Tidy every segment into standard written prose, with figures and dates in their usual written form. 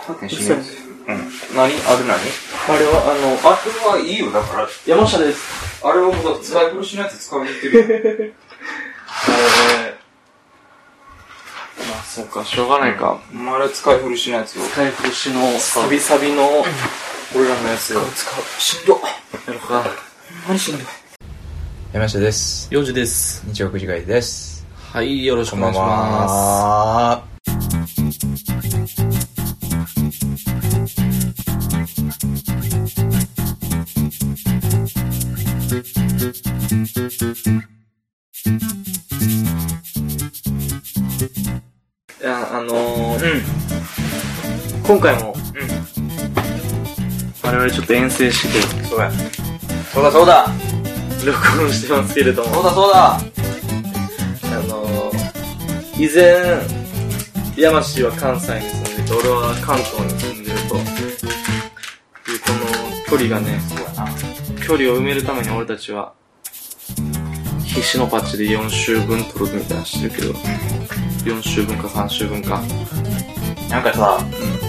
他県死ぬやつ。うん。何あれ何？ あれはいいよ、だから。 山下です。 あれはもう使い古しのやつ使いに行ってるよ。 まあ、そうか、しょうがないか。 あれ使い古しのやつを。 使い古しの、サビサビの、俺らのやつを。 使う。しんど。 やるか。 何しんど。山下です。 4時です。 日曜9時会です。 はい、よろしくお願いします。 こんばんは。 いや、今回も、我々ちょっと遠征して、 そうや。そうだ録音してますけれども。 そうだ以前、山氏は関西に住んでて、俺は関東に住んでると。いうこの距離がね、 そうやな。 距離を埋めるために俺たちは、必死のパッチで4週分取るみたいなのしてるけど、4週分か3週分か。 なんかさ、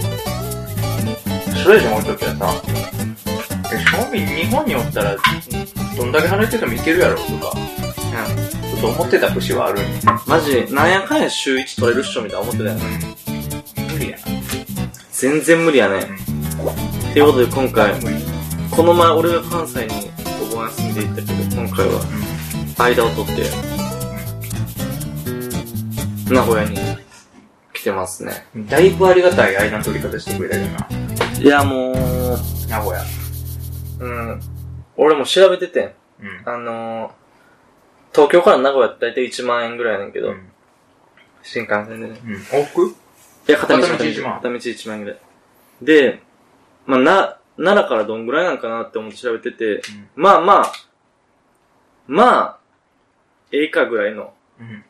それ以上もう一つやさ、正味日本におったら、どんだけ離れててもいけるやろとか、ちょっと思ってた節はあるんや。 マジ、なんやかんや週1取れるっしょみたいな思ってたよね。 無理やな。 全然無理やね。っていうことで今回、この前俺が関西にお盆休みで行ったけど、今回は間を取って、名古屋に来てますね。 だいぶありがたい間の取り方してくれたけどな。 いやもう、 名古屋。 俺も調べてて、 うん。 東京から名古屋って大体1万円ぐらいやねんけど、新幹線でね。 往復？ いや、片道 1万。 片道1万円ぐらい。で、まあ、奈良からどんぐらいなんかなって思って調べてて、まあ、ええかぐらいの、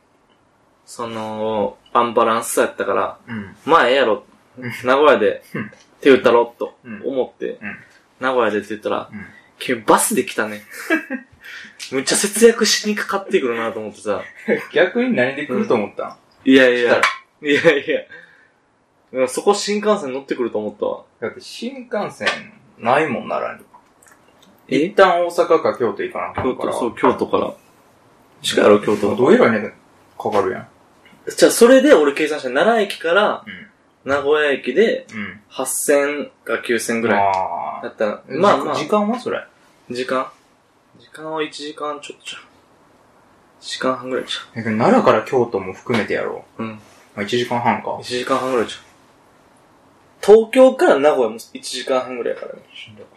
アンバランスさやったから、まあええやろ、名古屋で手打ったろと思って、名古屋でって言ったら、君バスで来たね。むっちゃ節約しにかかってくるなと思ってさ。 逆に何で来ると思ったん？ いや。でもそこ新幹線乗ってくると思ったわ。 だって新幹線ないもんならに。一旦大阪か京都行かなかったから。 そう、京都から。近いやろ、京都。 どうやらね、かかるやん。 じゃあ、それで俺計算した奈良駅から、名古屋駅で、8000か9000ぐらい。だったら、まあ。 時間はそれ？ 時間は1時間ちょっとじゃん。1時間半ぐらいじゃん。奈良から京都も含めてやろう。まあ1時間半か。 1時間半ぐらいじゃん。東京から名古屋も1時間半ぐらいやからね。 しんどい。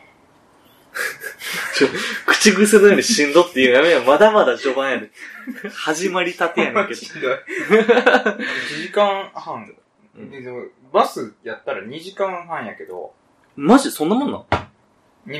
口癖のようにしんどっていうやめや、まだまだ序盤やで。始まりたてやねんけど。 しんどい。1時間半。バスやったら2時間半やけど。 マジそんなもんなん？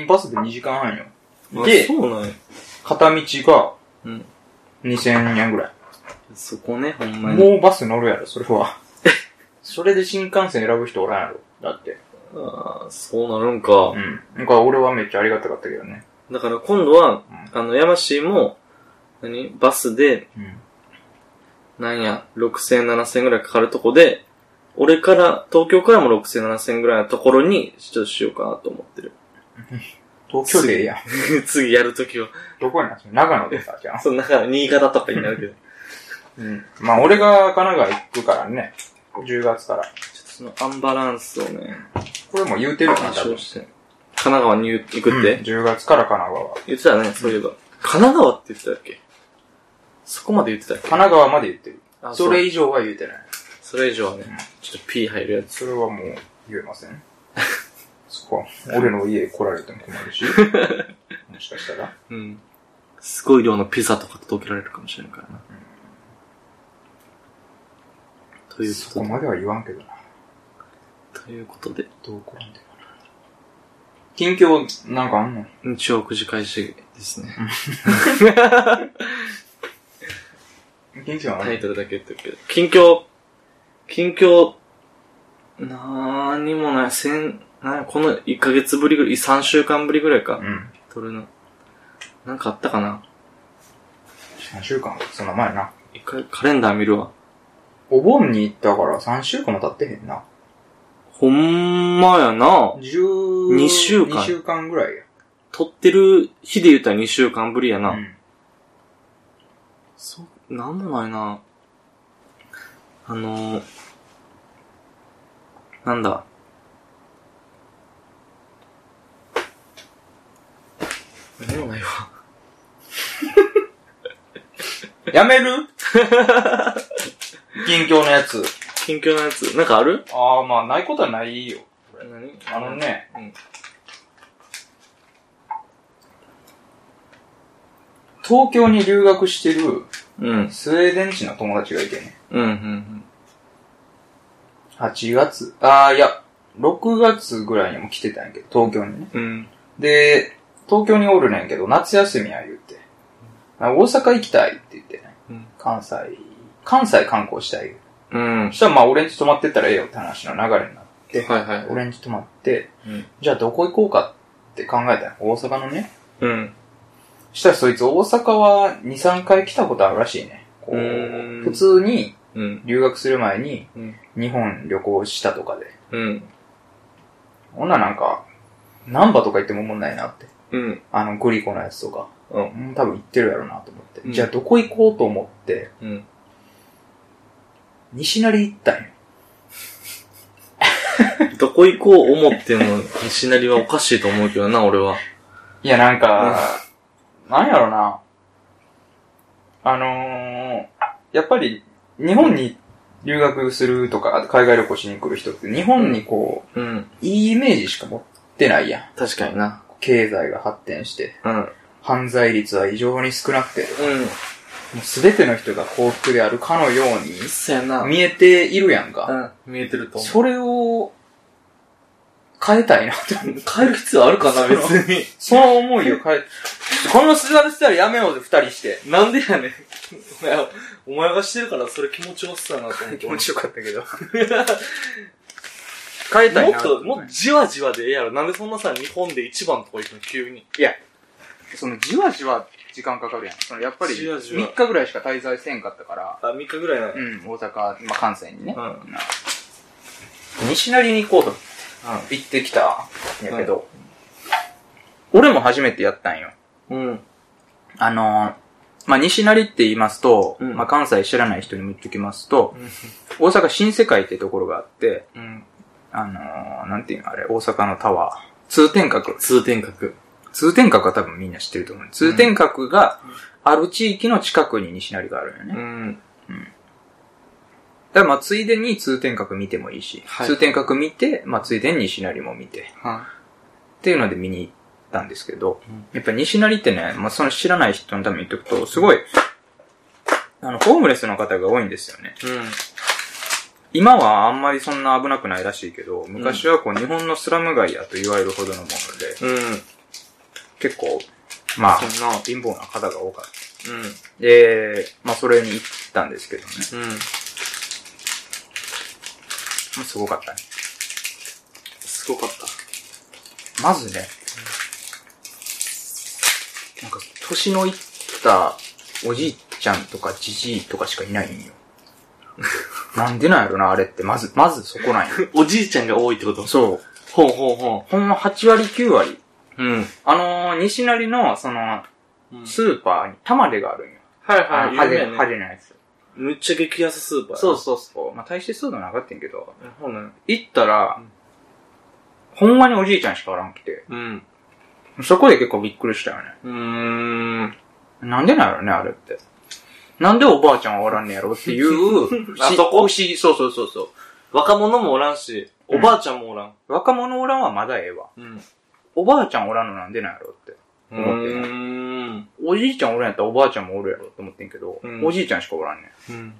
バスで2時間半よ。 で、そうなんや。 片道が、2000円ぐらい。 そこね、ほんまに。 もうバス乗るやろ、それは。それで新幹線選ぶ人おらんやろ。だって。 ああ、そうなるんか。 なんか俺はめっちゃありがたかったけどね。 だから今度は、山氏も、バスで、6000、7000ぐらいかかるとこで、東京からも6000、7000ぐらいのところに、ちょっとしようかなと思ってる。 東京でええやん。 次やるときは。 どこになるの？長野でさ、じゃん。 そう、新潟とかになるけど。 まあ俺が神奈川行くからね。10月から。ちょっとそのアンバランスをね。 これも言うてるかな、多分。 神奈川に行くって、 10月から神奈川。 言ってたね、そういえば。神奈川って言ってたっけ？そこまで言ってたっけ？ 神奈川まで言ってる。それ以上は言うてない。 それ以上はね、ちょっと P 入るやつ。 それはもう言えません。そこは、俺の家来られても困るし。もしかしたら。 すごい量のピザとか届けられるかもしれないからな。ということで。 そこまでは言わんけどな。 ということで。 どう転んでるかな。近況、なんかあんの？ 日曜9時開始ですね。 近況はタイトルだけ言ってるけど。近況、なーにもない。この1ヶ月ぶりぐらい、3週間ぶりぐらいか。撮るの。なんかあったかな？ 3週間？そんな前な。 一回カレンダー見るわ。 お盆に行ったから3週間も経ってへんな。 ほんまやな。 2 週間。 2週間ぐらいや。 撮ってる日で言ったら2週間ぶりやな。なんもないな。なんだ。何もないわ。 やめる近況のやつ。 近況のやつ。なんかある？ まあ、ないことはないよ。 何？ 東京に留学してる、スウェーデン人の友達がいてね。8月、6月ぐらいにも来てたんやけど、東京にね。で、東京におるねんけど、夏休みや言って。大阪行きたいって言ってね。関西観光したい。そしたらまあ、俺んち泊まってったらええよって話の流れになって、俺んち泊まって、じゃあどこ行こうかって考えたよ。大阪のね。そしたらそいつ大阪は2、3回来たことあるらしいね。普通に留学する前に日本旅行したとかで。ほんななんか、ナンバとか行ってもおもんないなって。グリコのやつとか。多分行ってるやろなと思って。じゃあどこ行こうと思って、西成行ったんよ。 どこ行こう思ってんの西成はおかしいと思うけどな、俺は。 いや、なんか、なんやろな。やっぱり、日本に留学するとか、海外旅行しに来る人って、日本にこう、いいイメージしか持ってないやん。 確かにな。 経済が発展して、犯罪率は異常に少なくて、もうすべての人が幸福であるかのように、見えているやんか。 見えてると思う。 それを、変えたいなって思う。 変える必要あるかな、別に。 その思いを変え、この座るしたらやめようぜ、二人して。 なんでやねん。お前がしてるからそれ気持ちよさだなと思って。 気持ちよかったけど。変えたいな。 もっとじわじわでええやろ。なんでそんなさ、日本で一番とか行くの急に。 いや、そのじわじわ時間かかるやん。やっぱり3日ぐらいしか滞在せんかったから。 3日ぐらいなの？ 大阪、関西にね。西成に行こうと行ってきたんやけど、俺も初めてやったんよ。西成って言いますと、関西知らない人にも言っておきますと、大阪新世界ってところがあって、なんていうのあれ、大阪のタワー。通天閣。 通天閣は多分みんな知ってると思う。通天閣がある地域の近くに西成があるよね。だからついでに通天閣見てもいいし、通天閣見て、ついでに西成も見て、っていうので見に行ったんですけど、やっぱり西成ってね、その知らない人のために言っておくと、すごい、ホームレスの方が多いんですよね。今はあんまりそんな危なくないらしいけど、昔は日本のスラム街やと言われるほどのもので、結構、貧乏な方が多かった。で、それに行ったんですけどね。すごかったね。 すごかった。 まずね、なんか、年のいったおじいちゃんとかじじいとかしかいないんよ。なんでなんやろな、あれって。まずそこなんよ。 おじいちゃんが多いってこと？ そう。 ほんま8割9割。西成の、スーパーに玉出があるんよ。派手なやつ。 むっちゃ激安スーパー。 そう。大してそうだなかったんけど。行ったら、ほんまにおじいちゃんしかおらんくて。そこで結構びっくりしたよね。なんでなんやろね、あれって。なんでおばあちゃんはおらんねやろっていう、不思議。そう。 若者もおらんし、おばあちゃんもおらん。 若者おらんはまだええわ。おばあちゃんおらんのなんでなんやろって思ってね。おじいちゃんおるんやったらおばあちゃんもおるやろって思ってんけど、おじいちゃんしかおらんね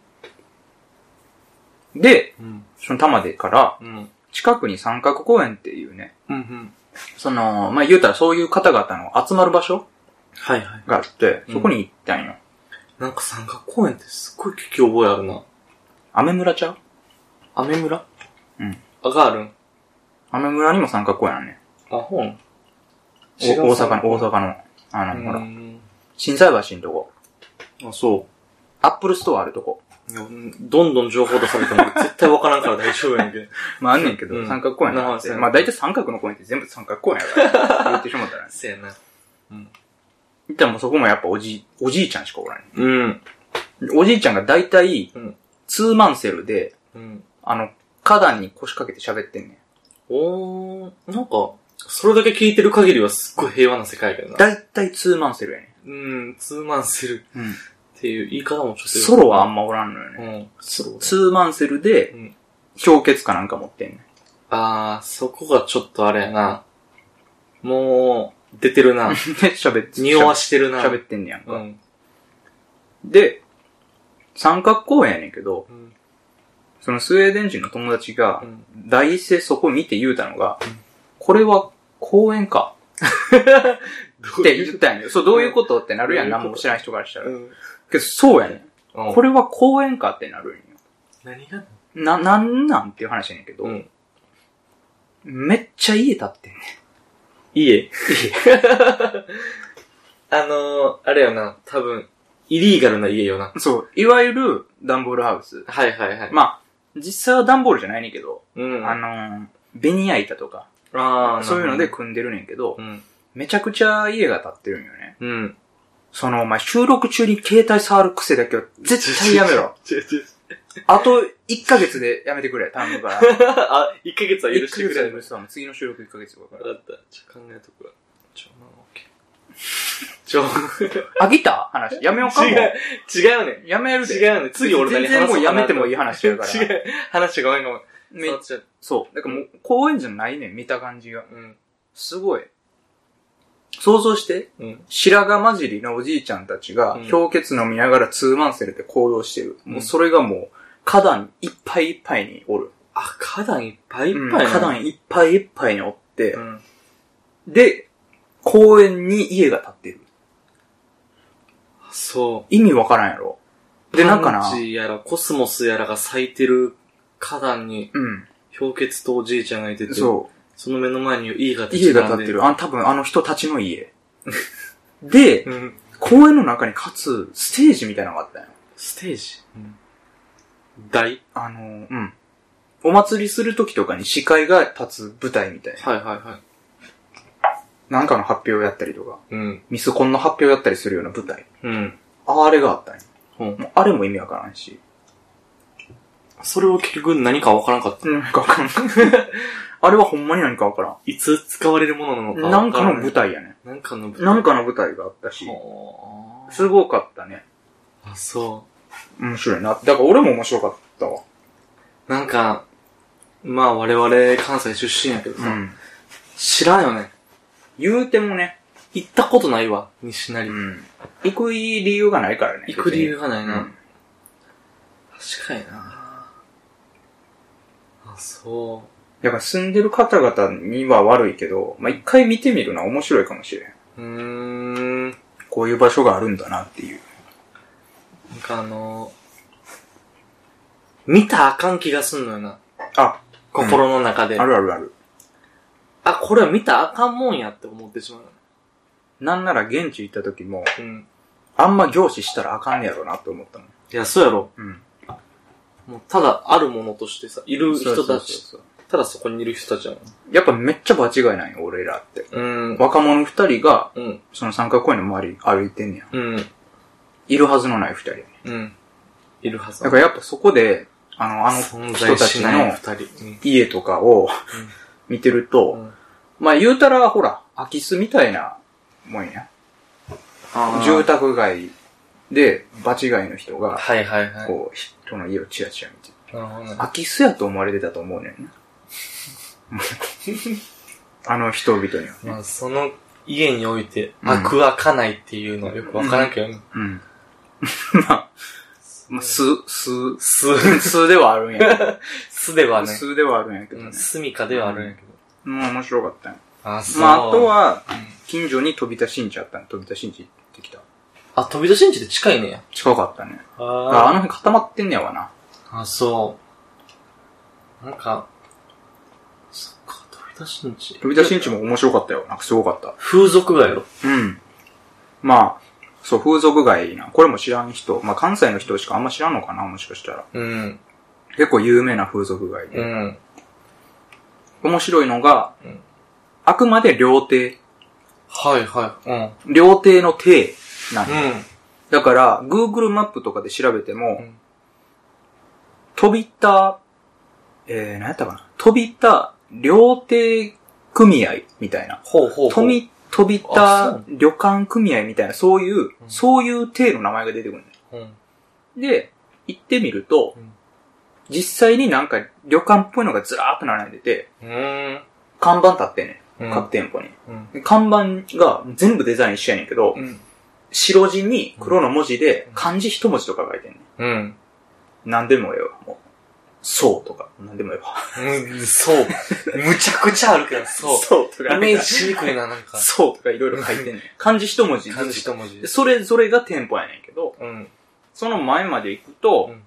ん。で、その玉出から、近くに三角公園っていうね、言うたらそういう方々の集まる場所があって、そこに行ったんよ。 なんか三角公園ってすっごい聞き覚えあるな。 アメ村ちゃう？ アメ村？があるん？ アメ村にも三角公園あるね。 大阪の、ほら、心斎橋のとこ。 そう。 アップルストアあるとこ。 どんどん情報出されても絶対わからんから大丈夫やんけど。 まああんねんけど、三角公園なんて。まあ大体三角の公園って全部三角公園やから。言ってしまったらね。 そうやな。 言ったらもうそこもやっぱおじいちゃんしかおらん。 うん。 おじいちゃんが大体、ツーマンセルで、花壇に腰掛けて喋ってんねん。 なんか、それだけ聞いてる限りはすっごい平和な世界やけどな。 大体ツーマンセルやねん。ツーマンセル。っていう言い方もちょっと。 ソロはあんまおらんのよね。ツーマンセルで、氷結かなんか持ってんねん。 そこがちょっとあれやな。もう、出てるな。 喋って。 匂わしてるな。 喋ってんねやんか。で、三角公園やねんけど、そのスウェーデン人の友達が、第一声そこ見て言うたのが、これは公園かって言ったんやねん。そう、どういうことってなるやん、何も知らん人からしたら。けど、そうやねん。これは公園かってなるんよ。 何がなんっていう話やねんけど、めっちゃ家建ってんねん。 家あれよな、多分、イリーガルな家よな。 そう。いわゆる、段ボールハウス。 はいはいはい。 まあ、実際は段ボールじゃないねんけど、ベニヤ板とか、そういうので組んでるねんけど、めちゃくちゃ家が建ってるんよね。お前収録中に携帯触る癖だけは絶対やめろ。あと1ヶ月でやめてくれ、頼むから。 1ヶ月は許してくれ。 次の収録1ヶ月後から。 だった。ちょ、考えとくわ。 飽きた話やめようかも。 違うね。 やめるで。 違うね。次俺何話そうかな。 全然もうやめてもいい話やから。 違う。話ごめん。 そう。だからもう公園じゃないねん、見た感じが。すごい。想像して、白髪混じりのおじいちゃんたちが、氷結飲みながらツーマンセルで行動してる。もうそれがもう、花壇いっぱいいっぱいにおる。 花壇いっぱいいっぱい花壇いっぱいいっぱいにおって、で、公園に家が建ってる。 そう。 意味わからんやろ。で、なんかな。 パンチやらコスモスやらが咲いてる花壇に、氷結とおじいちゃんがいてて、その目の前に家が建ってる。多分あの人たちの家。で、公園の中にかつ、ステージみたいなのがあったんよ。 ステージ台お祭りする時とかに司会が立つ舞台みたいな。 はいはいはい。 なんかの発表をやったりとか、ミスコンの発表をやったりするような舞台。あれがあったんよ。あれも意味わからんし。 それを結局何かわからんかった。 わからん。あれはほんまに何かわからん。 いつ使われるものなのかなんかの舞台やね。 なんかの舞台があったし。すごかったね。 そう。 面白いな。だから俺も面白かったわ。 なんか、まあ我々関西出身やけどさ、知らんよね。 言うてもね。 行ったことないわ、西成。 行く理由がないからね。 行く理由がないな。確かにな。そう。 だから住んでる方々には悪いけど、まあ、一回見てみるのは面白いかもしれん。こういう場所があるんだなっていう。 なんか見たらあかん気がすんのよな。心の中で。 あるあるある。 これは見たらあかんもんやって思ってしまう。 なんなら現地行った時も、あんま凝視したらあかんねやろなって思ったの。 いや、そうやろ。もうただあるものとしてさ、いる人たち。ただそこにいる人たちは。 やっぱめっちゃ場違いなんよ、俺らって。若者二人が、その三角公園の周り歩いてんねや。いるはずのない二人やね。 いるはず。 だからやっぱそこで、あの人たちの家とかを見てると、まあ言うたらほら、空き巣みたいなもんや。住宅街で場違いの人が、こう、人の家をチラチラ見てる。空き巣やと思われてたと思うねんな。あの人々にはね。 まあその家において、開かないっていうのはよくわからんけどね。 まあ、数ではあるんやけど。 数ではね。 数ではあるんやけどね。 住みかではあるんやけど。 もう面白かったんや。 まあ、 あとは、近所に飛び出しんちあったん。飛び出しんち行ってきた。 飛び出しんちって近いねや。 近かったね。あの辺固まってんねやわな。 そう。なんか、そっか、飛び出しんち。 飛び出しんちも面白かったよ。なんかすごかった。 風俗街やろ。 まあ、 そう、風俗街な。これも知らん人。まあ、関西の人しかあんま知らんのかなもしかしたら。 うん。 結構有名な風俗街で。 うん。 面白いのが、うん、あくまで料亭。 はいはい。 うん。料亭の亭なんだ。うん。だから、Google マップとかで調べても、うん、飛びた、何やったかな飛びた料亭組合みたいな。 ほうほうほう。 飛びた旅館組合みたいな、そういう体の名前が出てくる、ね、うん。で、行ってみると、うん、実際になんか旅館っぽいのがずらーっと並んでて、看板立ってね、各店舗に、うん。看板が全部デザイン一緒やねんけど、うん、白地に黒の文字で漢字一文字とか書いてんねん。うん。なんでもええわ、もう。そうとか、なんでもええわ。 そう。むちゃくちゃあるけど、そう。 そうとか。 イメージしにくいな、なんか。 そうとかいろいろ書いてんねん。漢字一文字。 漢字一文字。 それぞれが店舗やねんけど、うん、その前まで行くと、うん、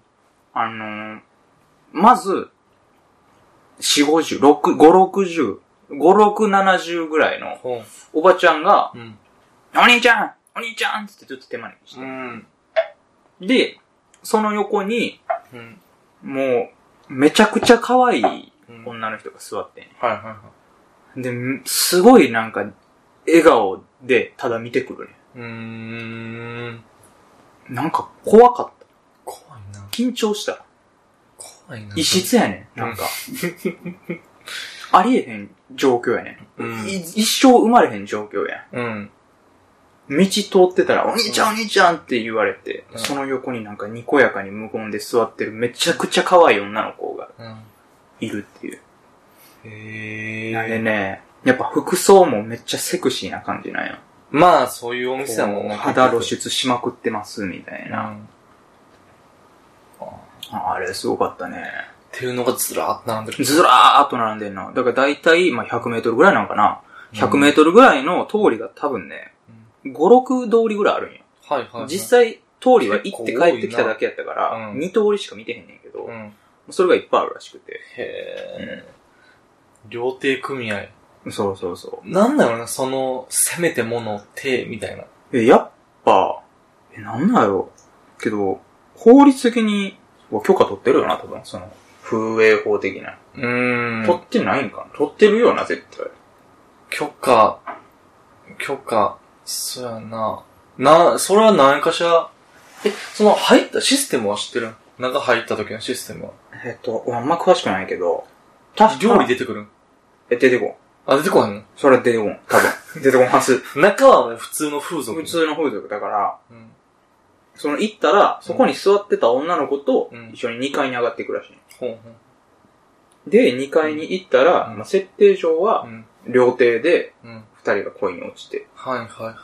まず、4、50、6、5、60、5、6、70ぐらいの、おばちゃんが、うん、お兄ちゃんってちょっと手招きして、うん。で、その横に、うん、もう、めちゃくちゃ可愛い女の人が座ってん、はいはいはい。で、すごいなんか、笑顔でただ見てくるね。なんか怖かった。 怖いな。 緊張した。 怖いな。 異質やねん。なんか。ありえへん状況やねん。うん、一生生まれへん状況やん。うん。道通ってたら、お兄ちゃんお兄ちゃんって言われて、うん、その横になんかにこやかに無言で座ってるめちゃくちゃ可愛い女の子がいるっていう。へー。あれね、やっぱ服装もめっちゃセクシーな感じなんよ。 まあ、そういうお店はもう肌露出しまくってますみたいな。うん、あれすごかったね。 っていうのがずらーっと並んでる。 ずらーっと並んでるの。だからだいたい、まあ、100メートルぐらいなのかな。100メートルぐらいの通りが多分ね、5、6通りぐらいあるんよ。はいはい、はい。実際、通りは行って帰ってきただけやったから、2通りしか見てへんねんけど、うん、それがいっぱいあるらしくて。 へー。料亭組合。 そうそうそう。 なんだろうな、その、せめてもの亭みたいな。 やっぱ、なんだろう。けど、法律的に許可取ってるよな、多分。その、風営法的な。取ってないんかな。取ってるよな、絶対。 許可、そうやな。それは何かしら、その入ったシステムは知ってる？中入った時のシステムは。 あんま詳しくないけど、 確か料理出てくる？ 出てこん。 あ、出てこんの？ それは出てこん。多分。出てこんはず。 中はもう普通の風俗。 普通の風俗だから、うん、その行ったら、そこに座ってた女の子と一緒に2階に上がっていくらしい。うん、で、2階に行ったら、まあ、設定上は、料亭で、2人が恋に落ちて。 はいはいはい。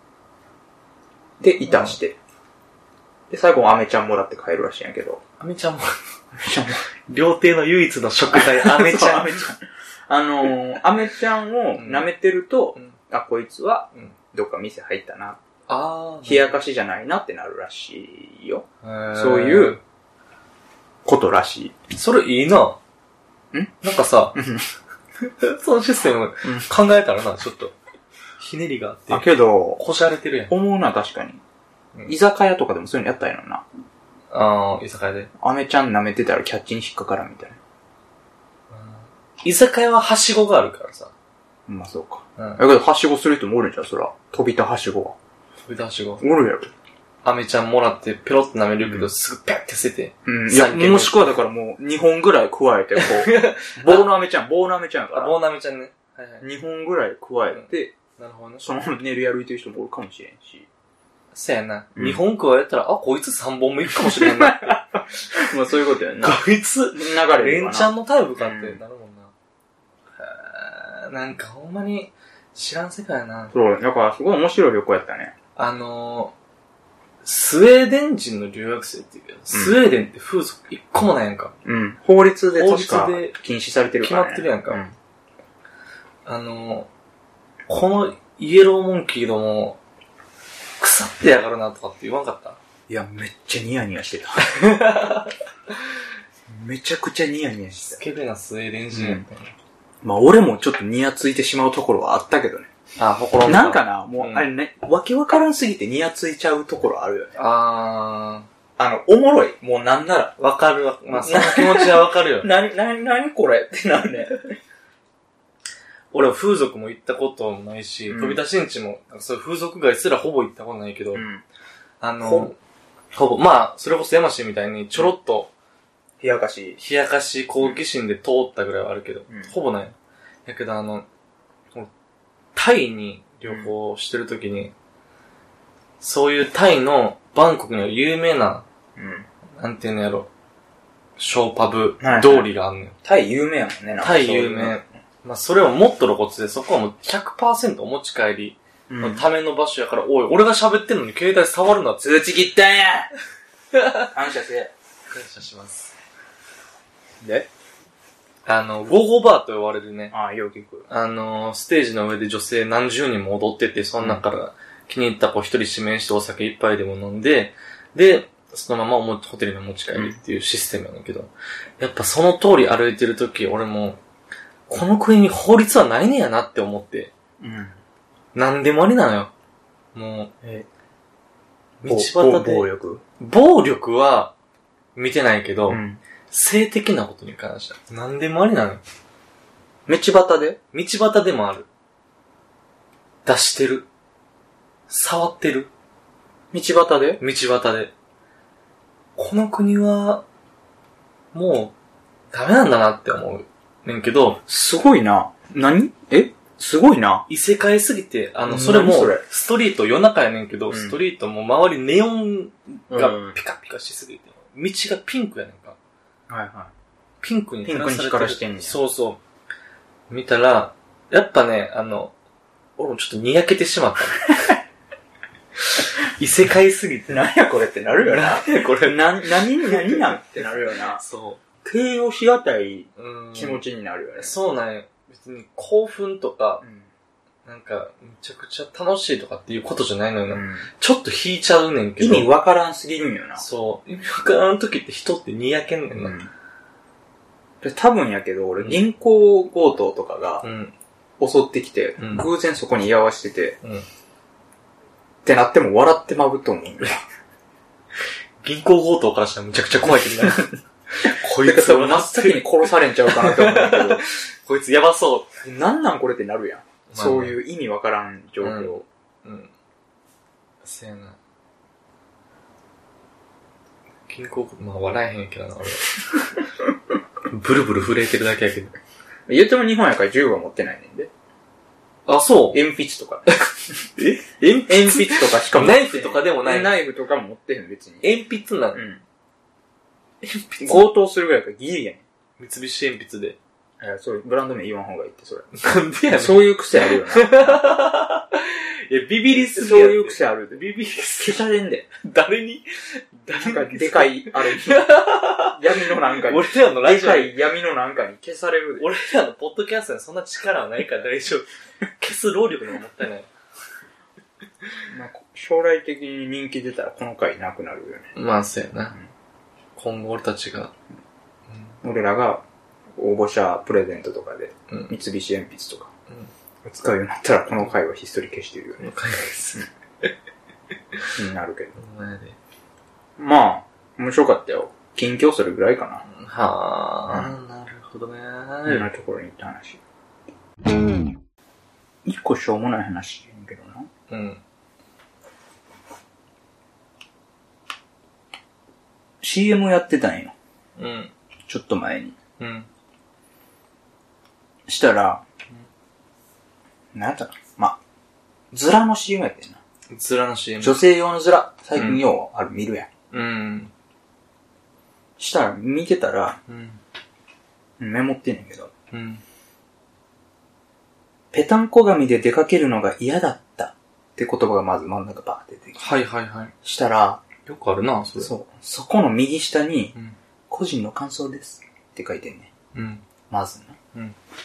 で、いたして。で、最後、アメちゃんもらって帰るらしいんやけど。 アメちゃんも料亭の唯一の食材、アメちゃん。 アメちゃんを舐めてると、あ、こいつは、どっか店入ったな。冷やかしじゃないなってなるらしいよ。そういう、ことらしい。 それいいな。なんかさ、そのシステム考えたらな、ちょっと、ひねりがあって。 けど、 こしゃれてるやん。 思うな、確かに。居酒屋とかでもそういうのやったらいいのな。 居酒屋で。 アメちゃん舐めてたらキャッチに引っかからんみたいな。 居酒屋ははしごがあるからさ。 まあそうか。だけど、はしごする人もおるんじゃん、そら。飛びたはしごは。 飛びたはしご。 おるやろ。 アメちゃんもらってペロッと舐めるけど、すぐペッて捨てて。 いや、もしくはだからもう2本ぐらい加えて、こう、棒のアメちゃんから。 棒のアメちゃんね。 はいはい。2本ぐらい加えて、 なるほどね。 そのまま練り歩いてる人もおるかもしれんし。 そうやな。2本加えたら、こいつ3本もいくかもしれんなって。 まあそういうことやんな。 こいつ、 流れるレンチャンのタイプかってなるもんな。なんかほんまに知らん世界やな。 そう、だからすごい面白い旅行やったね。 スウェーデン人の留学生っていうけど、スウェーデンって風俗一個もないやんか。 法律で確か禁止されてるからね。 決まってるやんか。このイエローモンキーども、腐ってやがるなとかって言わんかった？ いや、めっちゃニヤニヤしてた。めちゃくちゃニヤニヤしてた。 スケベなスウェーデン人やったね。 まあ俺もちょっとニヤついてしまうところはあったけどね。 あ、ほころんなんかな、もう、あれね、わけわからんすぎてニヤついちゃうところあるよね。おもろい。もうなんなら。 わかるわ。まあ、その気持ちはわかるよ。 なにこれってなるね。 俺は風俗も行ったこともないし、飛び出しんちも、そういう風俗街すらほぼ行ったことないけど、ほぼ、まあ、それこそ山氏みたいにちょろっと、 冷やかし好奇心で通ったぐらいはあるけど、ほぼない。だけどタイに旅行してるときに、そういうタイのバンコクには有名な、なんていうのやろ、ショーパブ通りがあんのよ。 タイ有名やもんね、 タイ有名。まあ、それはもっと露骨で、そこはもう 100% お持ち帰りのための場所やから、おい、俺が喋ってんのに携帯触るなって。 通知切ったんや感謝せえ。 感謝します。 でゴーゴーバーと呼ばれるね。 よく聞く。 ステージの上で女性何十人も踊ってて、その中から気に入った子一人指名してお酒一杯でも飲んで、で、そのままホテルに持ち帰るっていうシステムやねんけど、やっぱその通り歩いてるとき、俺も、この国に法律はないねやなって思って。なんでもありなのよ。もう、道端で。暴力は見てないけど、性的なことに関しては何でもありなのよ。 道端でもある。出してる。触ってる。 道端で。 この国は、もう、ダメなんだなって思う。ねんけど。 すごいな。すごいな。 異世界すぎて、それも、ストリート夜中やねんけど、ストリートも周りネオンがピカピカしすぎて、道がピンクやねんか。ピンクに光らしてんねん。 そうそう。見たら、やっぱね、俺もちょっとにやけてしまった。異世界すぎて。 何やこれってなるよな。 これ。 何なんってなるよな。 そう。 形容しがたい気持ちになるよね。 そうなんよ。別に興奮とか、なんか、めちゃくちゃ楽しいとかっていうことじゃないのよな。ちょっと引いちゃうねんけど。 意味わからんすぎるんよな。 そう。意味わからん時って人ってにやけんねんな。 多分やけど、俺銀行強盗とかが、襲ってきて、偶然そこに居合わせてて、ってなっても笑ってまぶと思う。 銀行強盗からしたらむちゃくちゃ怖いけどね。 こいつは真っ先に殺されんちゃうかなって思うんだけど、 こいつやばそう。 なんなんこれってなるやん。そういう意味わからん状況。 せやな。銀行強盗、まあ笑えへんけどな、俺は。ブルブル震えてるだけやけど。 言っても日本やから銃は持ってないねんで。 あ、そう鉛筆とか。 鉛筆とかしかも。 ナイフとかでもない。 ナイフとかも持ってへん、別に。 鉛筆なの。 強盗するぐらいからギリやねん。三菱鉛筆で。 そう、ブランド名言わん方がいいって、それ。 なんでやねん。 そういう癖あるよな。 いや、ビビりすぎそういう癖ある。 ビビりすぎ。消されんで。 誰になんか、でかい、あれ、闇のなんかに。 俺らのラジオ。 でかい闇のなんかに消されるで。 俺らのポッドキャストにそんな力はないから大丈夫。消す労力のもったいない。 将来的に人気出たらこの回なくなるよね。 まあ、そうやな。今後俺たちが。 俺らが応募者プレゼントとかで、三菱鉛筆とか、使うようになったらこの回はひっそり消してるよね。 この回です。 になるけど。まあ、面白かったよ。近況それぐらいかな。 はあ、なるほどね。 こんなところに行った話。一個しょうもない話やけどな。CM やってたんよ。ちょっと前に。したら、なんやったかな。まあ、ズラの CM やってんな。 ズラの CM。 女性用のズラ。最近ようある、見るやん。 したら、見てたら、メモってんねんけど、ペタンコ髪で出かけるのが嫌だったって言葉がまず真ん中バーって出てきて。 はいはいはい。 したら、 よくあるな、それ。 そう。そこの右下に、個人の感想ですって書いてんね。まずな。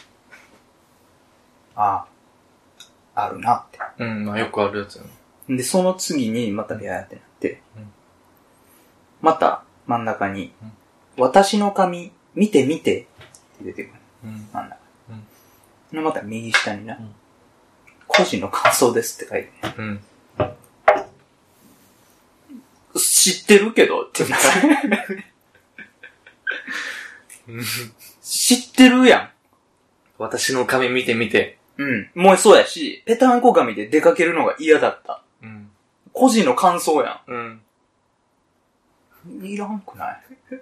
あるなって。 まあよくあるやつやな。で、その次にまたビャーってなって、また真ん中に、私の髪見て見てって出てくる。真ん中。また右下にな、 個人の感想ですって書いて。 うん。 知ってるけどって言ったら。知ってるやん。 私の髪見てみて。 うん。もうそうやし、ペタンコ髪で出かけるのが嫌だった。うん。個人の感想やん。うん。いらんくない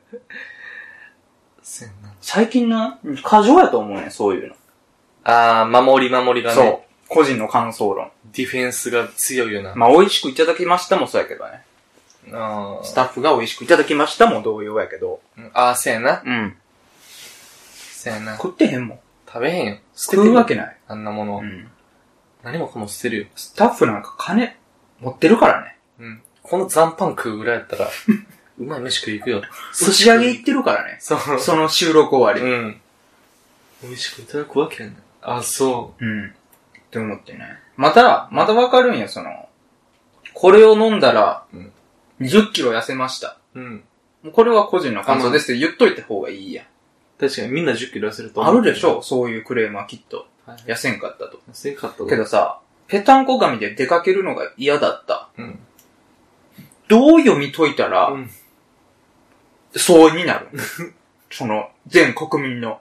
最近な、過剰やと思うねん、そういうの。 守りがね。 そう。個人の感想論。 ディフェンスが強いよな。 まあ、美味しくいただきましたもそうやけどね。スタッフが美味しくいただきましたも同様やけど。 そうやな。 うん。 そうやな。 食ってへんもん。 食べへんよ。 捨てるわけない。 あんなもの。うん。何もかも捨てるよ。 スタッフなんか金持ってるからね。 うん。この残飯食うぐらいやったら、うまい飯食い行くよ。 寿司上げ行ってるからね。その収録終わり。うん。 美味しくいただくわけやね。そう。 うん。って思ってね。またわかるんや、これを飲んだら、10キロ痩せました。うん。これは個人の感想ですって言っといた方がいいやん。 確かにみんな10キロ痩せると思う。あるでしょそういうクレームはきっと。はい、痩せんかったと。 痩せんかったけどさ、ペタンコ髪で出かけるのが嫌だった。うん。どう読み解いたら、相違になる。全国民の。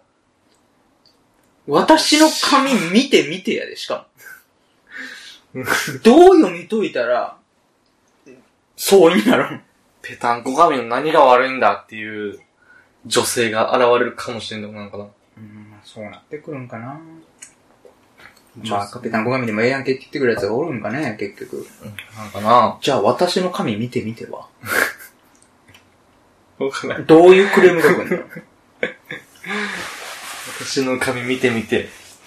私の髪見てみてやで、しかも。どう読み解いたら、相違になる。 ペタンコ髪の何が悪いんだっていう女性が現れるかもしれんのかな。 そうなってくるんかな。まあ、ペタンコ髪でもええやんけって言ってくるやつがおるんかね、結局。 なんかな。 じゃあ私の髪見てみては。 わかんない。 どういうクレームが来るんだろう。 私の髪見てみて。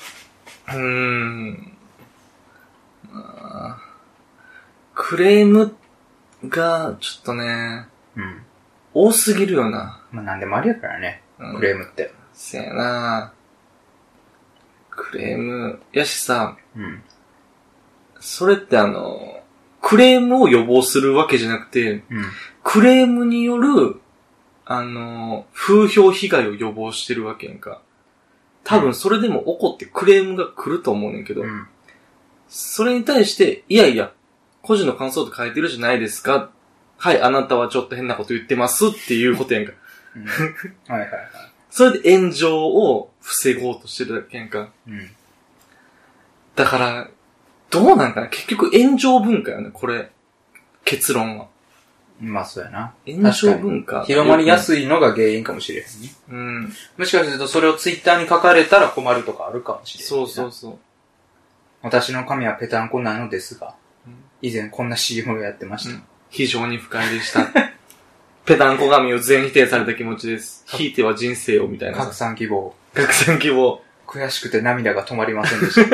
クレームが、ちょっとね、多すぎるよな。 まあなんでもありやからね、クレームって。 せやな。クレーム、やしさ、それってクレームを予防するわけじゃなくて、クレームによる、風評被害を予防してるわけやんか。多分それでも怒ってクレームが来ると思うねんけど、それに対して、いやいや、個人の感想って書いてるじゃないですか。はい、あなたはちょっと変なこと言ってますっていうことやんか。 はいはいはい。 それで炎上を防ごうとしてるだけやんか。だから、どうなんかな結局炎上文化よね、これ。結論は。 まあそうやな。 炎上文化。 広まりやすいのが原因かもしれへんね。もしかするとそれをツイッターに書かれたら困るとかあるかもしれない。 そう。 私の髪はペタンコなのですが、以前こんな CM をやってました。 非常に不快でした。ペタンコ髪を全否定された気持ちです。ひいては人生をみたいな。 拡散希望。 悔しくて涙が止まりませんでした。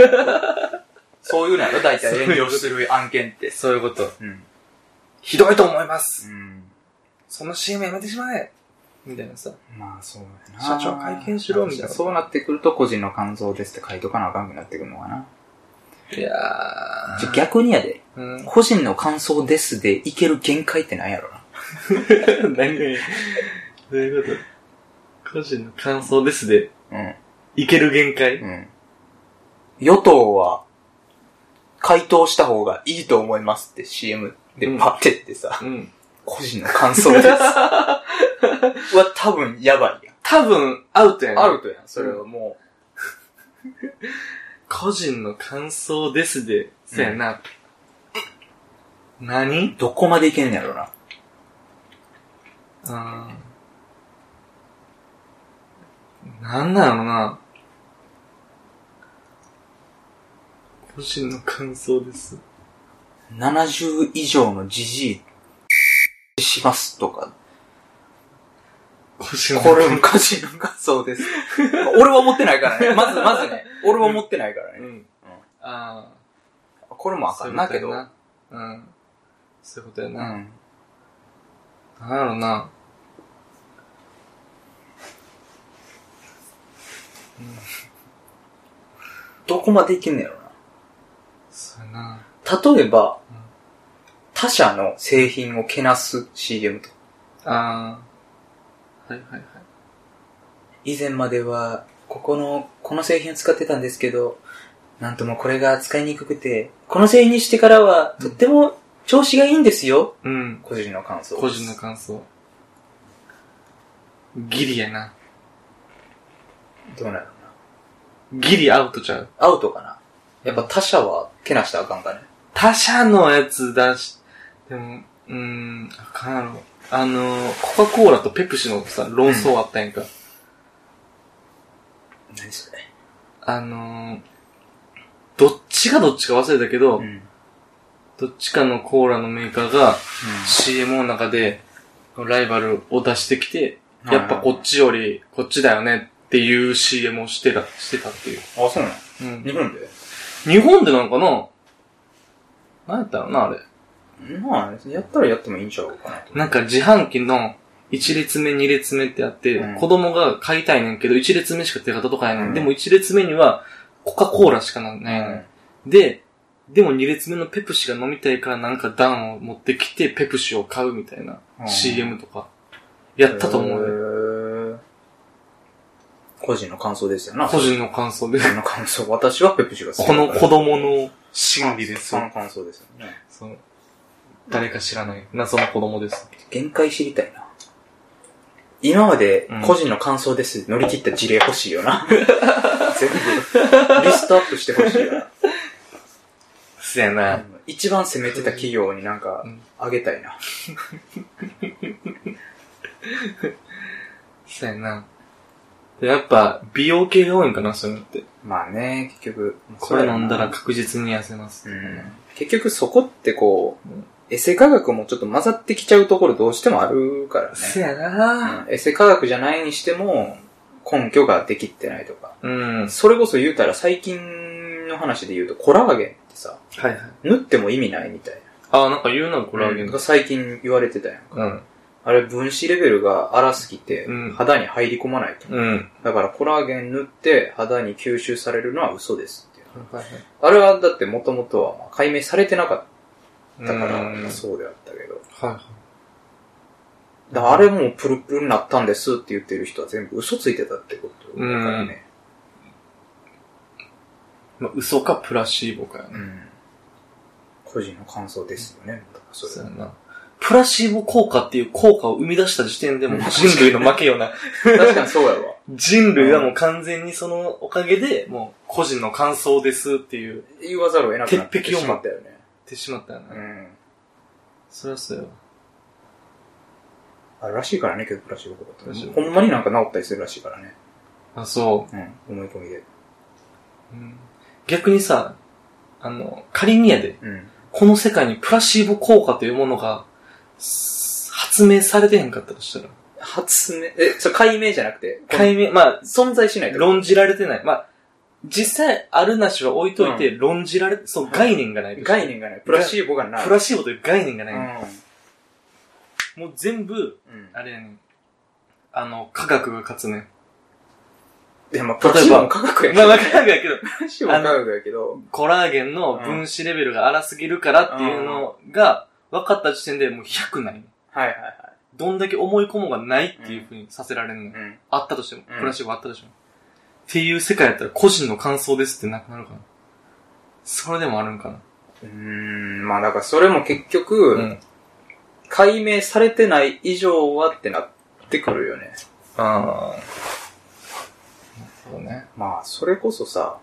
そういうのやろ大体炎上する案件って。 そういうこと。ひどいと思います。その CM やめてしまえみたいなさ。 まあそうやな。 社長会見しろみたいな。 そうなってくると個人の感想ですって書いとかなあかんくなってくるのかな。 いやー。 逆にやで。個人の感想ですでいける限界って何やろな。 何どういうこと個人の感想ですで。いける限界与党は回答した方がいいと思いますって CM でパッてってさ。個人の感想です。は多分やばいやん。 多分アウトやん。 アウトやん。それはもう。個人の感想ですで、そうやな。何どこまでいけんねやろな。 なんなのな。個人の感想です。 70以上のジジイしますとか。これも個人の感想です。俺は思ってないからね。まずね。俺は思ってないからね。これもあかんなけど。 そういうことやな。なんやろな。 どこまでいけんねやろな。 そうやな。 例えば、他社の製品をけなす CM と。 はいはいはい。 以前までは、この製品を使ってたんですけど、 なんともこれが使いにくくて、この製品にしてからは、とっても調子がいいんですよ。 うん。 個人の感想。 個人の感想。ギリやな。 どうなるのギリアウトちゃう。 アウトかな。やっぱ他社はけなしたらあかんかね。 他社のやつだし、でも、あかんやろ。コカ・コーラとペプシのさ、論争あったやんか。 何それ。 どっちがどっちか忘れたけど、どっちかのコーラのメーカーが、CM の中で、ライバルを出してきて、やっぱこっちより、こっちだよねっていう CM をしてたっていう。 あ、そうなの？日本で？ 日本でなんかな？何やったのな、あれ。 まあ、やったらやってもいいんちゃうかな。 なんか自販機の1列目、2列目ってあって、子供が買いたいねんけど、1列目しか手が届かないねん。でも1列目にはコカ・コーラしかないねん。でも2列目のペプシが飲みたいからなんか段を持ってきてペプシを買うみたいな CM とか、やったと思うよ。 個人の感想ですよな。 個人の感想で。 個人の感想。私はペプシが好き。 この子供の心理です。 その感想ですよね。 そう。誰か知らない謎の子供です。 限界知りたいな。今まで個人の感想です。乗り切った事例欲しいよな。全部リストアップして欲しいよな。 そうやな。 一番攻めてた企業になんかあげたいな。 そうやな。やっぱ美容系が多いんかな、そういうのって。 まあね、結局。 これ飲んだら確実に痩せます。 結局そこってこう、エセ科学もちょっと混ざってきちゃうところどうしてもあるからね。 そうやな、 エセ科学じゃないにしても根拠ができてないとか。それこそ言うたら最近の話で言うとコラーゲンってさ、塗っても意味ないみたいな。なんか言うな、コラーゲンが最近言われてたやんか。あれ分子レベルが荒すぎて肌に入り込まないと。だからコラーゲン塗って肌に吸収されるのは嘘ですっていう。あれはだってもともとは解明されてなかった。だからそうであったけど。だからあれもプルプルになったんですって言ってる人は全部嘘ついてたってことだからね。 まあ、嘘かプラシーボかよね。 個人の感想ですよね。 そうやな。プラシーボ効果っていう効果を生み出した時点でも人類の負けよな。 確かにそうやわ。 人類はもう完全にそのおかげで、もう個人の感想ですっていう。 言わざるを得なくなってしまったよね。 てしまったよね。そりゃそうよ。 あるらしいからね、けどプラシーボ効果って。ほんまになんか治ったりするらしいからね。 あ、そう。 思い込みで。 逆にさ、仮にやで、この世界にプラシーボ効果というものが、発明されてへんかったとしたら。 発明解明じゃなくて解明、まあ、 存在しないと。 論じられてない。まあ、実際、あるなしは置いといて、論じられ、そう、概念がない。 概念がない。プラシーボがない。 プラシーボという概念がない。もう全部、あれやねん。科学が勝つね。 いや、まあ、プラシーボも科学やけど。 まあ、科学やけど。 プラシーボも科学やけど。 コラーゲンの分子レベルが荒すぎるからっていうのが、分かった時点でもう100ない。どんだけ思い込もうがないっていう風にさせられるの。あったとしても。プラシーボあったとしても。っていう世界やったら個人の感想ですってなくなるかな。それでもあるんかな。 まあだからそれも結局、解明されてない以上はってなってくるよね。 そうね。 まあそれこそさ、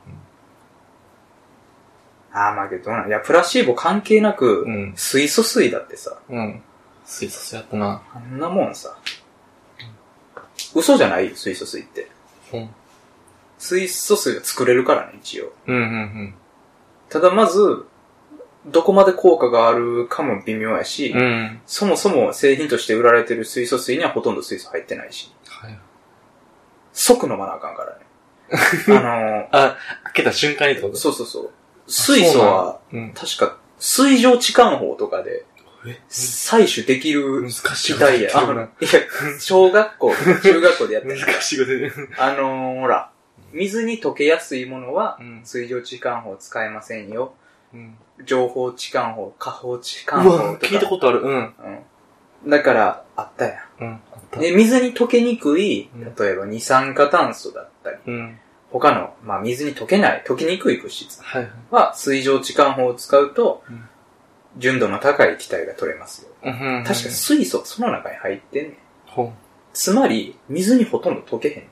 まあけどいや、プラシーボ関係なく、水素水だってさ。 水素水やったな。 あんなもんさ。嘘じゃないよ、水素水って。水素水が作れるからね、一応。ただまず、どこまで効果があるかも微妙やし、そもそも製品として売られてる水素水にはほとんど水素入ってないし。即飲まなあかんからね。 開けた瞬間にってこと？ そうそうそう。水素は、確か水上置換法とかで、採取できる機体や。小学校、中学校でやってる。 難しいことで。 ほら、水に溶けやすいものは、水上置換法使えませんよ。情報置換法、下方置換法とか。 聞いたことある。 だから、あったやん。で、水に溶けにくい、例えば二酸化炭素だったり、 他の、まあ水に溶けない、溶けにくい物質は水蒸置換法を使うと、純度の高い気体が取れますよ。確か水素その中に入ってんねん。つまり、水にほとんど溶けへんね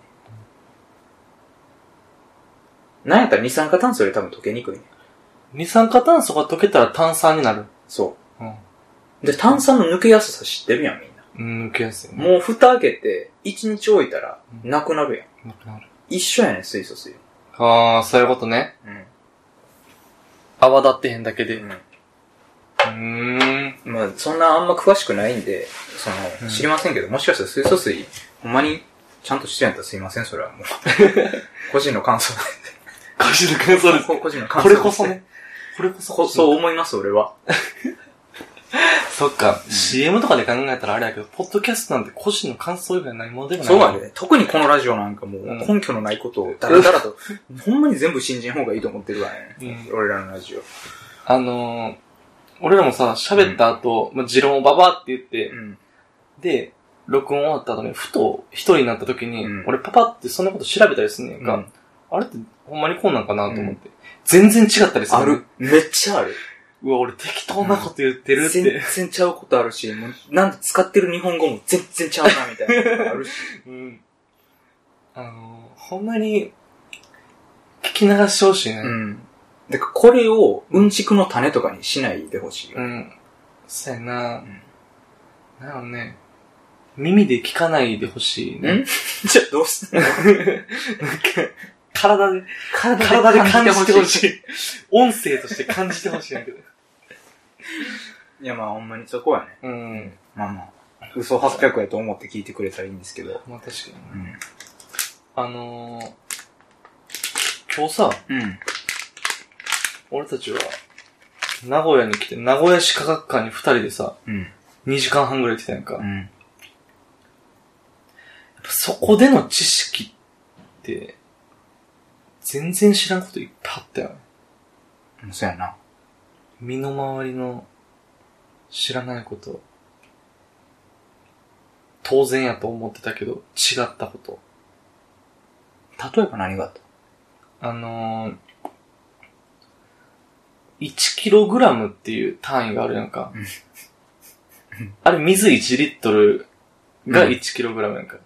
ん。なんやったら二酸化炭素より多分溶けにくいねん。 二酸化炭素が溶けたら炭酸になる。 そう。で、炭酸の抜けやすさ知ってるやん、みんな。 抜けやすい、 ね。もう蓋開けて、1日置いたら、なくなるやん。 なくなる。 一緒やねん、水素水。 ああ、そういうことね。泡立ってへんだけで。 まあ、そんなあんま詳しくないんで、知りませんけど、もしかしたら水素水、ほんまに、ちゃんとしてんやったらすいません、それはもう。個人の感想で。 個人の感想です。 個人の感想これこそね。これこそ。 そう思います、俺は。 そっか、CM とかで考えたらあれやけど、ポッドキャストなんて個人の感想以外ないものでもない。 そうだね。特にこのラジオなんかもう、根拠のないことをだらだらと、ほんまに全部信じん方がいいと思ってるわね。俺らのラジオ。 俺らもさ、喋った後、持論をババって言って、で、録音終わった後に、ふと一人になった時に、俺パパってそんなこと調べたりすんねんか、あれってほんまにこうなんかなと思って。全然違ったりする。 ある。めっちゃある。 うわ、俺適当なこと言ってるって。 全然ちゃうことあるし、もうなんで使ってる日本語も全然ちゃうな、みたいなことあるし。 ほんまに、聞き流してほしいね。 で、これを、うんちくの種とかにしないでほしいよ。 そうやな。なのね、耳で聞かないでほしいね。 じゃあどうすんの？ 体で感じてほしい。音声として感じてほしいんだけど。 いや、まあほんまにそこはね。まあまあ、嘘800やと思って聞いてくれたらいいんですけど。 まあ確かに。今日さ、俺たちは、名古屋に来て、名古屋市科学館に2人でさ、2時間半ぐらい来てたやんか。やっぱそこでの知識って、全然知らんこといっぱいあったよね。 そうやな。 身の回りの知らないこと、当然やと思ってたけど、違ったこと。 例えば何があった？ 1kg っていう単位があるやんか。あれ水1リットルが 1kg やんか。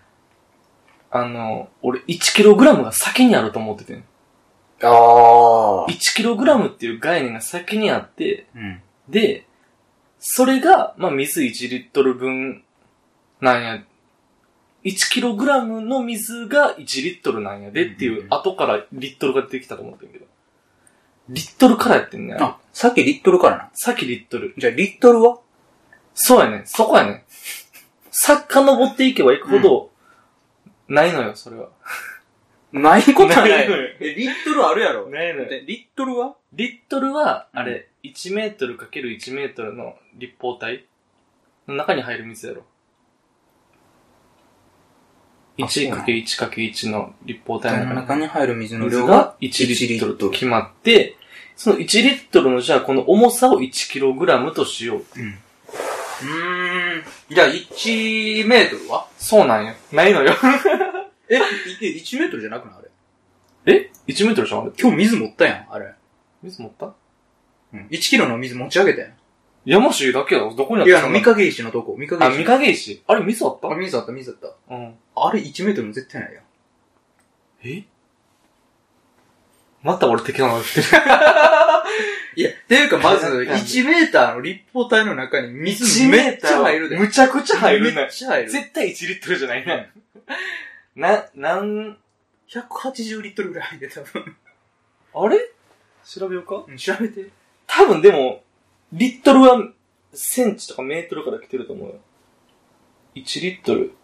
俺 1kg が先にあると思っててん。1kg っていう概念が先にあって、で、それが、まあ、水1リットル分なんや。1kg の水が1リットルなんやでっていう、後からリットルが出てきたと思ってんけど。リットルからやってんね。 さっきリットルからな。 さっきリットル。 じゃあリットルは？ そうやね。そこやね。遡っていけばいくほど、ないのよ、それは。 ないことはない。リットルあるやろ。 ないのよ。 リットルは？ リットルは、あれ、1メートル ×1 メートルの立方体の中に入る水やろ。1×1×1 の立方体の中に入る水の量が 1リットルと決まって、その1リットルのじゃあこの重さを 1kg としよう。 じゃあ1メートルは？ そうなんよ。ないのよ。 1メートルじゃなくないあれ？1メートルじゃんあれ。 今日水持ったやん、あれ。 水持った？ 1キロの水持ち上げたやん。 山市だけだろ？どこにあった？ いや、三影石のとこ。 三影石。あれ、水あった？ 水あった。あれ1メートルも絶対ないやん。 また俺適当なこと言ってる。 いや、っていうかまず、1メーターの立方体の中に水めっちゃ入るで。 むちゃくちゃ入るね。 めっちゃ入る。 絶対1リットルじゃないね。 180リットルぐらい入って多分。 あれ調べようか？ 調べて。 多分でも、リットルはセンチとかメートルから来てると思うよ。1リットル。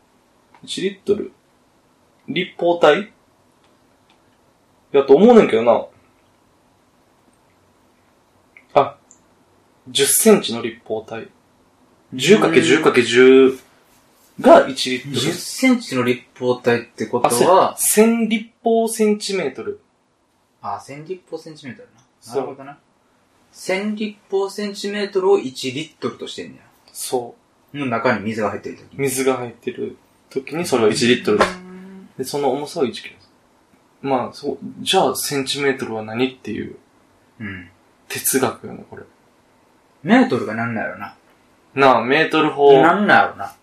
立方体やと思うねんけどな。10センチの立方体。10×10×10 が1リットル。 10センチの立方体ってことは、 1000立方センチメートル。 1000立方センチメートルな。なるほどな。1000立方センチメートルを1リットルとしてんねや。 そう。 の中に水が入ってる時。 水が入ってる時にそれは1リットルです。で、その重さは1キロです。 まあ、そう、じゃあ、センチメートルは何っていう、哲学よね、これ。 メートルがなんなんやろな。 なあ、メートル法。 なんなんやろな。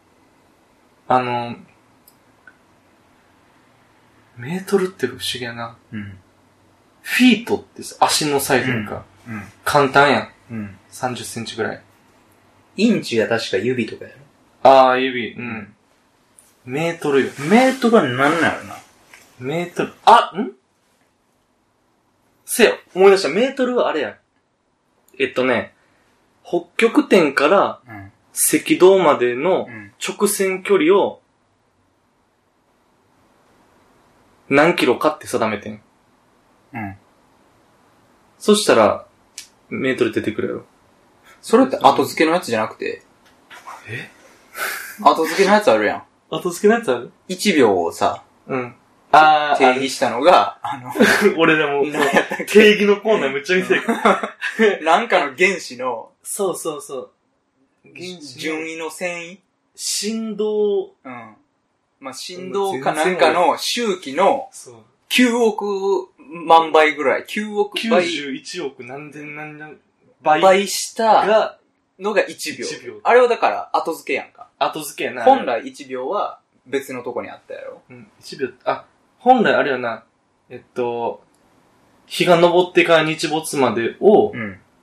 メートルって不思議やな。フィートってさ、足のサイズなんか、簡単やん。30センチぐらい。 インチが確か指とかやろ。 ああ、指。メートルよ。 メートルはなんなんやろな。 メートル、せよ、思い出した。メートルはあれやん。北極点から赤道までの直線距離を何キロかって定めてん。そしたら、メートル出てくるやろ。 それって後付けのやつじゃなくて。後付けのやつあるやん。 後付けのやつある ?1 秒をさ、 定義したのが、 俺でも、定義のコーナーめっちゃ見てる。 なんかの原子の、 そうそうそう。 順位の遷移振動。 まあ、振動かなんかの周期の9億万倍ぐらい。9億倍。 91億何千何千倍したのが1秒。あれはだから後付けやんか。 後付けやな。 本来1秒は別のとこにあったやろ。 1秒、本来あれよな、日が昇ってから日没までを、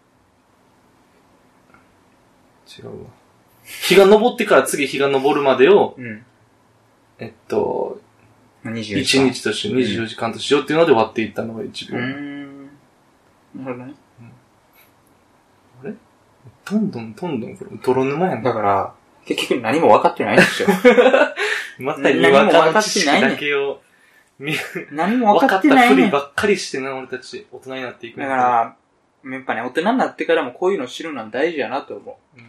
違うわ。日が昇ってから次日が昇るまでを、1日として24時間としようっていうので割っていったのが1秒。 なるほどね。 あれどんどんこれ、泥沼やん。 だから、結局何も分かってないんですよ。 またにわかの知識だけを、 何も分かってない。 分かったふりばっかりしてな、俺たち、大人になっていく。 だから、やっぱね、大人になってからもこういうの知るのは大事やなと思う。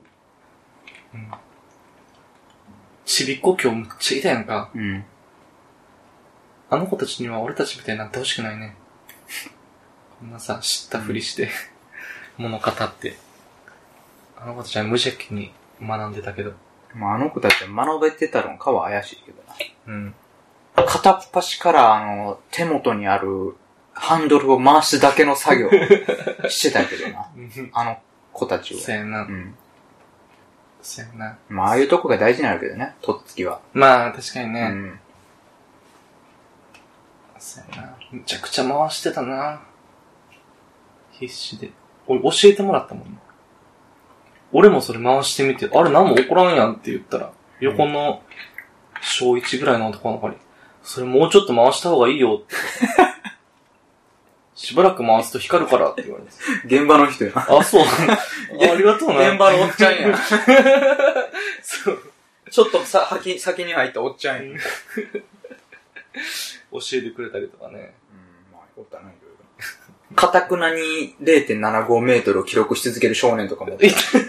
ちびっこ今日むっちゃいたやんか。あの子たちには俺たちみたいになってほしくないね。こんなさ、知ったふりして、物語って。あの子たちは無邪気に学んでたけど。 あの子たちは学べてたのかは怪しいけどな。片っ端から手元にあるハンドルを回すだけの作業をしてたけどな。あの子たちは。 そうやな。そうやな。 まあ、ああいうとこが大事になるけどね、とっつきは。 まあ、確かにね。そうやな。めちゃくちゃ回してたな。必死で。俺教えてもらったもん。俺もそれ回してみて、あれ何も起こらんやんって言ったら、横の小1ぐらいの男の子に、それもうちょっと回した方がいいよって。しばらく回すと光るからって言われて。 現場の人や。 そう。ありがとうな。 現場のおっちゃんや。そう。ちょっと先に入ったおっちゃんや。 教えてくれたりとかね。 まあ、おったな、いろいろ。かたくなに 0.75 メートルを記録し続ける少年とかも。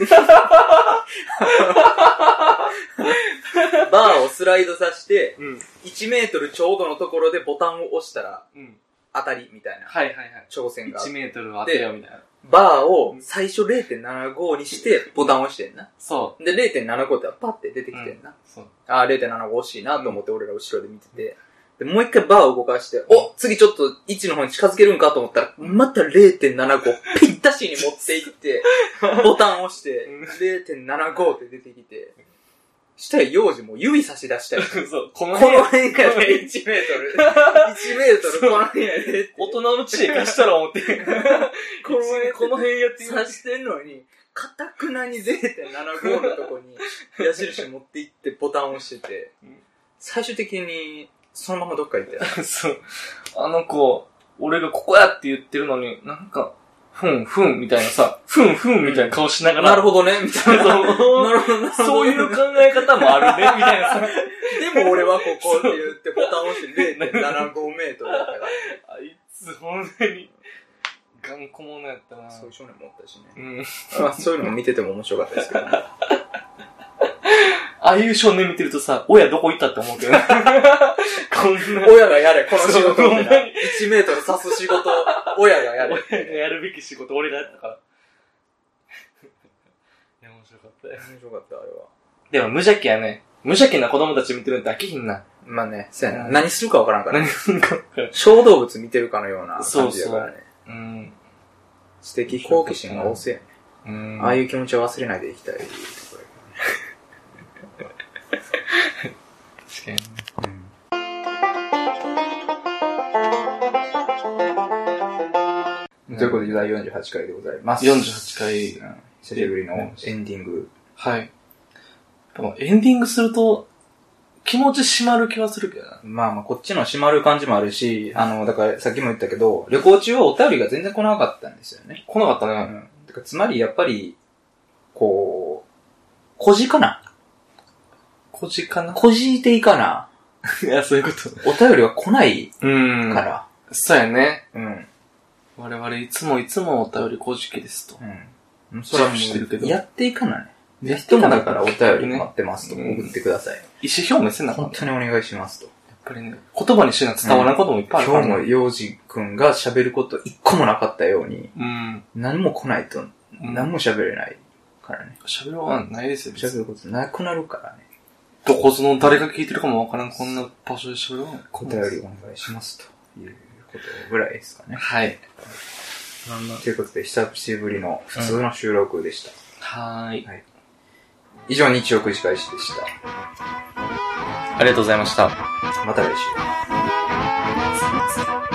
バーをスライドさせて、1メートルちょうどのところでボタンを押したら、当たりみたいな。挑戦が。 1メートル当てよみたいな。 バーを最初 0.75 にしてボタンを押してんな。 そう。 で、0.75 ってパッて出てきてんな。 そう。 0.75 惜しいなと思って俺ら後ろで見てて。で、もう一回バーを動かして、次ちょっと1の方に近づけるんかと思ったら、また 0.75 ぴったしに持っていって、ボタンを押して、0.75 って出てきて、したら幼児も指差し出したよ。 そう。 この辺やで1メートル。1メートルこの辺やで。 大人の知恵貸したら思って。 この辺やって刺してんのに、かたくなに 0.75 のとこに矢印持っていってボタンを押してて、最終的にそのままどっか行ったよ。 そう。あの子、俺がここやって言ってるのに、なんか、ふんみたいなさ、ふんみたいな顔しながら。 なるほどね、みたいな。なるほどな。 そういう考え方もあるね、みたいなさ。 でも俺はここって言ってボタンを押して 0.75 メートルだったから。 あいつ、ほんとに、頑固者やったな。 そういう少年もおったしね。そういうのも見てても面白かったですけどね。 ああいう少年見てるとさ、親どこ行ったって思うけどね。こんな。 親がやれ、この仕事ってな。1メートル刺す仕事、親がやれ。 親がやるべき仕事、俺がやったから。いや、面白かったよ。 面白かった、あれは。 でも無邪気やね。 無邪気な子供たち見てるんって飽きひんな。 まあね、そうやな。何するかわからんから。 何するか分からん。 小動物見てるかのような感じだからね。 そうそう。うん。 知的好奇心が旺盛やね。うん。ああいう気持ちを忘れないでいきたいところ。 確かに。 ということで、第48回でございます。 48回。 久しぶりのエンディング。 はい。でもエンディングすると、気持ち締まる気はするけどな。 まあまあ、こっちの締まる感じもあるし、だからさっきも言ったけど、旅行中はお便りが全然来なかったんですよね。 来なかったね。 うん。だからつまり、やっぱり、こう、孤児かな孤児かな孤児でいいかないや、そういうこと。 お便りは来ないから。 そうやね。 うん。 我々いつもお便り孤児期ですと。 うん。それはもう、やっていかないね。ぜひともだからお便り待ってますと送ってください。 意思表明せなかった。 本当にお願いしますと。 やっぱりね、言葉にしな伝わらんこともいっぱいあるから、 今日も洋二くんが喋ること一個もなかったように、何も来ないと、何も喋れないからね。 喋ることないですよ。 喋ることなくなるからね。 どこその誰が聞いてるかもわからん、こんな場所で喋るわ。 お便りお願いしますということぐらいですかね。 はい。 ということで、久しぶりの普通の収録でした。 はい。 以上、日曜くじ返しでした。 ありがとうございました。 また来週。